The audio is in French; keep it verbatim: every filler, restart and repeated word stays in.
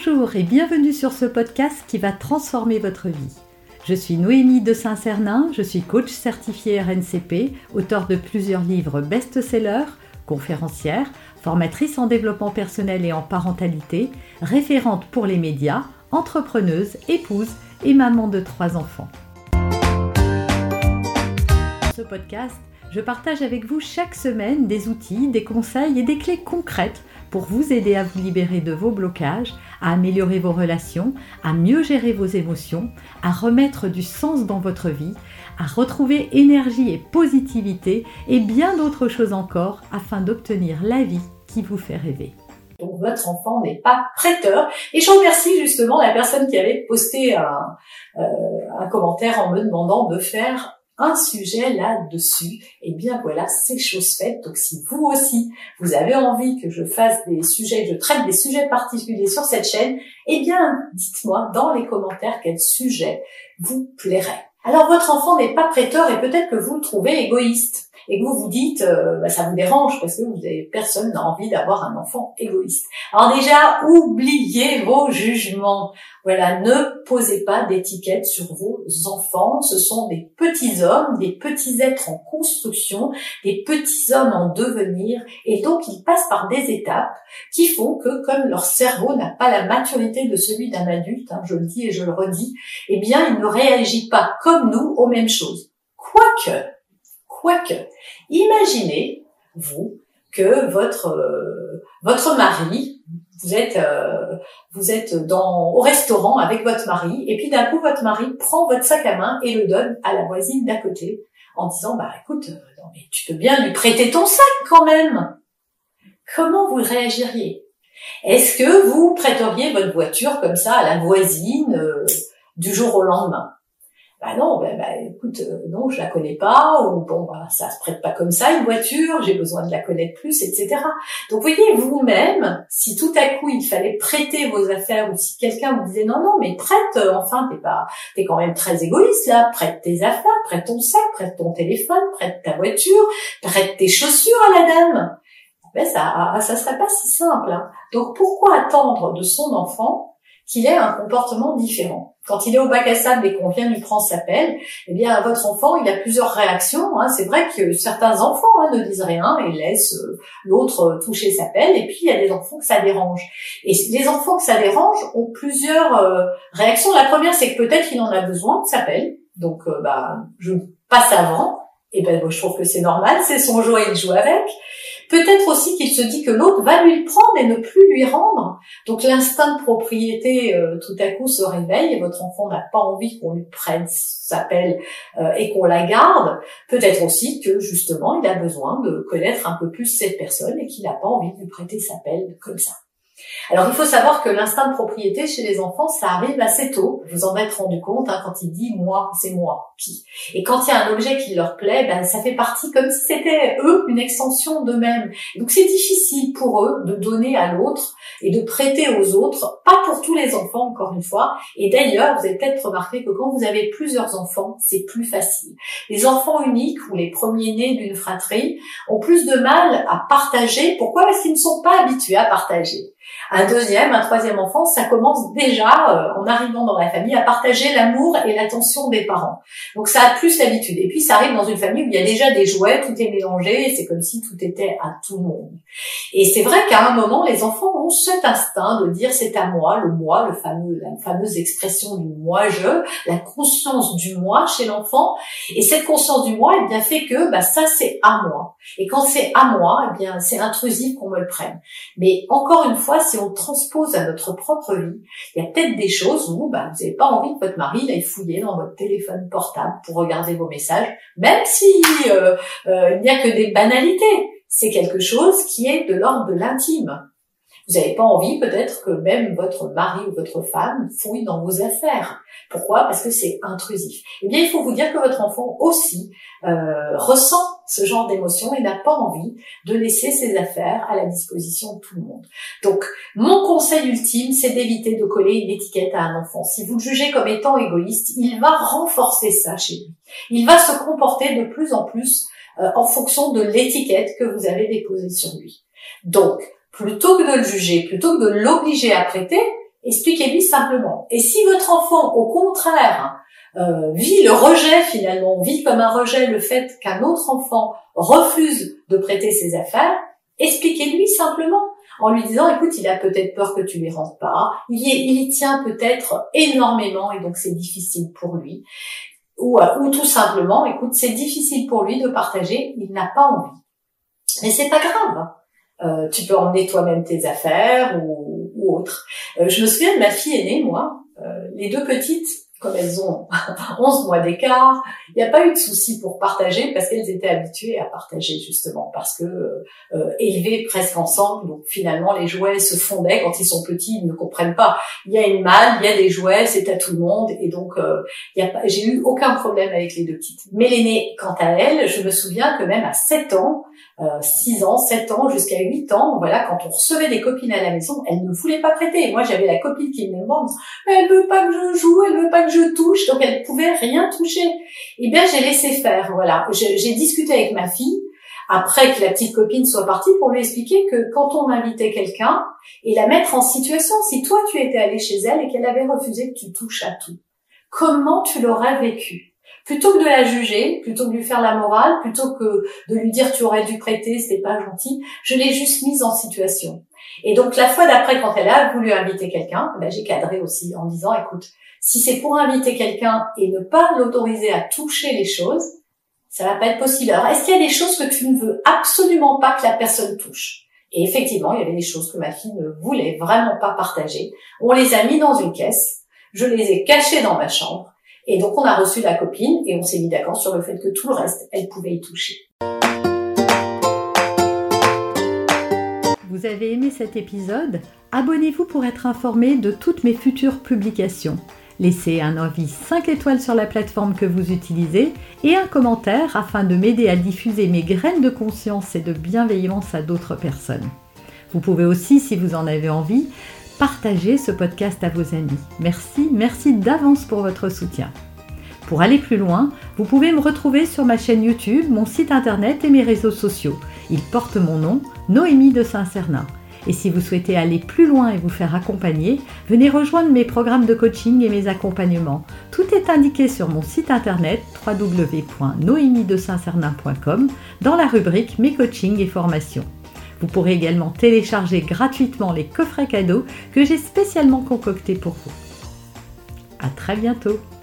Bonjour et bienvenue sur ce podcast qui va transformer votre vie. Je suis Noémie de Saint-Cernin, je suis coach certifiée R N C P, auteure de plusieurs livres best-sellers, conférencière, formatrice en développement personnel et en parentalité, référente pour les médias, entrepreneuse, épouse et maman de trois enfants. Dans ce podcast, je partage avec vous chaque semaine des outils, des conseils et des clés concrètes pour vous aider à vous libérer de vos blocages, à améliorer vos relations, à mieux gérer vos émotions, à remettre du sens dans votre vie, à retrouver énergie et positivité et bien d'autres choses encore afin d'obtenir la vie qui vous fait rêver. Donc votre enfant n'est pas prêteur. Et je remercie justement la personne qui avait posté un, euh, un commentaire en me demandant de faire un sujet là-dessus. Et bien voilà, c'est chose faite. Donc si vous aussi, vous avez envie que je fasse des sujets, que je traite des sujets particuliers sur cette chaîne, eh bien dites-moi dans les commentaires quel sujet vous plairait. Alors votre enfant n'est pas prêteur et peut-être que vous le trouvez égoïste. Et que vous vous dites, euh, bah, ça vous dérange parce que vous avez, personne n'a envie d'avoir un enfant égoïste. Alors déjà, oubliez vos jugements. Voilà, ne posez pas d'étiquette sur vos enfants. Ce sont des petits hommes, des petits êtres en construction, des petits hommes en devenir. Et donc, ils passent par des étapes qui font que, comme leur cerveau n'a pas la maturité de celui d'un adulte, hein, je le dis et je le redis, eh bien, il ne réagit pas comme nous aux mêmes choses. Quoique, Quoique, imaginez, vous, que votre euh, votre mari, vous êtes euh, vous êtes dans au restaurant avec votre mari, et puis d'un coup votre mari prend votre sac à main et le donne à la voisine d'à côté, en disant bah écoute, euh, non, mais tu peux bien lui prêter ton sac quand même. Comment vous réagiriez? Est-ce que vous prêteriez votre voiture comme ça à la voisine euh, du jour au lendemain? Bah non, bah, bah écoute, euh, non, je la connais pas, ou bon, bah ça se prête pas comme ça une voiture, j'ai besoin de la connaître plus, et cetera. Donc vous voyez, vous-même, si tout à coup il fallait prêter vos affaires, ou si quelqu'un vous disait non, non, mais prête, euh, enfin t'es pas, t'es quand même très égoïste là, prête tes affaires, prête ton sac, prête ton téléphone, prête ta voiture, prête tes chaussures à la dame. Ben ça, ça serait pas si simple. Hein. Donc pourquoi attendre de son enfant qu'il ait un comportement différent? Quand il est au bac à sable et qu'on vient lui prendre sa pelle, eh bien votre enfant il a plusieurs réactions. Hein. C'est vrai que certains enfants hein, ne disent rien et laissent euh, l'autre toucher sa pelle, et puis il y a des enfants que ça dérange. Et les enfants que ça dérange ont plusieurs euh, réactions. La première, c'est que peut-être il en a besoin de sa pelle, donc euh, bah je passe avant. Et ben moi, je trouve que c'est normal, c'est son jouet, il joue avec. Peut-être aussi qu'il se dit que l'autre va lui le prendre et ne plus lui rendre. Donc l'instinct de propriété euh, tout à coup se réveille et votre enfant n'a pas envie qu'on lui prenne sa pelle euh, et qu'on la garde. Peut-être aussi que justement il a besoin de connaître un peu plus cette personne et qu'il n'a pas envie de lui prêter sa pelle comme ça. Alors il faut savoir que l'instinct de propriété chez les enfants, ça arrive assez tôt. Vous en êtes rendu compte hein, quand il dit moi, c'est moi qui. Et quand il y a un objet qui leur plaît, ben ça fait partie comme si c'était eux une extension d'eux-mêmes. Donc c'est difficile pour eux de donner à l'autre et de prêter aux autres, pas pour tous les enfants encore une fois. Et d'ailleurs, vous avez peut-être remarqué que quand vous avez plusieurs enfants, c'est plus facile. Les enfants uniques ou les premiers-nés d'une fratrie ont plus de mal à partager. Pourquoi? Parce qu'ils ne sont pas habitués à partager. Un deuxième, un troisième enfant, ça commence déjà, euh, en arrivant dans la famille, à partager l'amour et l'attention des parents. Donc ça a plus l'habitude. Et puis ça arrive dans une famille où il y a déjà des jouets, tout est mélangé, et c'est comme si tout était à tout le monde. Et c'est vrai qu'à un moment, les enfants ont cet instinct de dire c'est à moi, le moi, le fameux, la fameuse expression du moi-je, la conscience du moi chez l'enfant. Et cette conscience du moi, eh bien, fait que bah, ça c'est à moi. Et quand c'est à moi, eh bien, c'est intrusif qu'on me le prenne. Mais encore une fois, si on transpose à notre propre vie, il y a peut-être des choses où bah, vous n'avez pas envie que votre mari aille fouiller dans votre téléphone portable pour regarder vos messages, même si euh, euh, il n'y a que des banalités. C'est quelque chose qui est de l'ordre de l'intime. Vous n'avez pas envie peut-être que même votre mari ou votre femme fouille dans vos affaires. Pourquoi? Parce que c'est intrusif. Eh bien, il faut vous dire que votre enfant aussi euh, ressent ce genre d'émotion et n'a pas envie de laisser ses affaires à la disposition de tout le monde. Donc, mon conseil ultime, c'est d'éviter de coller une étiquette à un enfant. Si vous le jugez comme étant égoïste, il va renforcer ça chez lui. Il va se comporter de plus en plus euh, en fonction de l'étiquette que vous avez déposée sur lui. Donc, plutôt que de le juger, plutôt que de l'obliger à prêter, Expliquez-lui simplement. Et si votre enfant, au contraire, euh, vit le rejet finalement, vit comme un rejet le fait qu'un autre enfant refuse de prêter ses affaires, expliquez-lui simplement en lui disant, écoute, il a peut-être peur que tu lui rendes pas, il y, il y tient peut-être énormément et donc c'est difficile pour lui. Ou, ou tout simplement, écoute, c'est difficile pour lui de partager, il n'a pas envie. Mais c'est pas grave. Euh, tu peux emmener toi-même tes affaires ou, ou autre. Euh, je me souviens de ma fille aînée, moi, euh, les deux petites, comme elles ont onze mois d'écart, il n'y a pas eu de souci pour partager parce qu'elles étaient habituées à partager justement, parce que euh, élevées presque ensemble, donc finalement les jouets se fondaient. Quand ils sont petits, ils ne comprennent pas. Il y a une malle, il y a des jouets, c'est à tout le monde, et donc euh, il y a pas, j'ai eu aucun problème avec les deux petites. Mais l'aînée, quant à elle, je me souviens que même à sept ans, Euh, six ans, sept ans, jusqu'à huit ans, voilà, quand on recevait des copines à la maison, elle ne voulait pas prêter. Moi, j'avais la copine qui venait me voir, mais elle veut pas que je joue, elle veut pas que je touche, donc elle pouvait rien toucher. Eh bien, j'ai laissé faire, voilà. Je, j'ai discuté avec ma fille, après que la petite copine soit partie, pour lui expliquer que quand on invitait quelqu'un, et la mettre en situation, si toi tu étais allé chez elle et qu'elle avait refusé que tu touches à tout, comment tu l'aurais vécu? Plutôt que de la juger, plutôt que de lui faire la morale, plutôt que de lui dire tu aurais dû prêter, c'était pas gentil, je l'ai juste mise en situation. Et donc la fois d'après, quand elle a voulu inviter quelqu'un, ben, j'ai cadré aussi en disant écoute, si c'est pour inviter quelqu'un et ne pas l'autoriser à toucher les choses, ça va pas être possible. Alors est-ce qu'il y a des choses que tu ne veux absolument pas que la personne touche? Et effectivement, il y avait des choses que ma fille ne voulait vraiment pas partager. On les a mis dans une caisse, je les ai cachées dans ma chambre. Et donc, on a reçu la copine et on s'est mis d'accord sur le fait que tout le reste, elle pouvait y toucher. Vous avez aimé cet épisode? Abonnez-vous pour être informé de toutes mes futures publications. Laissez un avis cinq étoiles sur la plateforme que vous utilisez et un commentaire afin de m'aider à diffuser mes graines de conscience et de bienveillance à d'autres personnes. Vous pouvez aussi, si vous en avez envie, partagez ce podcast à vos amis. Merci, merci d'avance pour votre soutien. Pour aller plus loin, vous pouvez me retrouver sur ma chaîne YouTube, mon site internet et mes réseaux sociaux. Ils portent mon nom, Noémie de Saint-Cernin. Et si vous souhaitez aller plus loin et vous faire accompagner, venez rejoindre mes programmes de coaching et mes accompagnements. Tout est indiqué sur mon site internet w w w point noémie de saint cernin point com dans la rubrique Mes coachings et formations. Vous pourrez également télécharger gratuitement les coffrets cadeaux que j'ai spécialement concoctés pour vous. À très bientôt!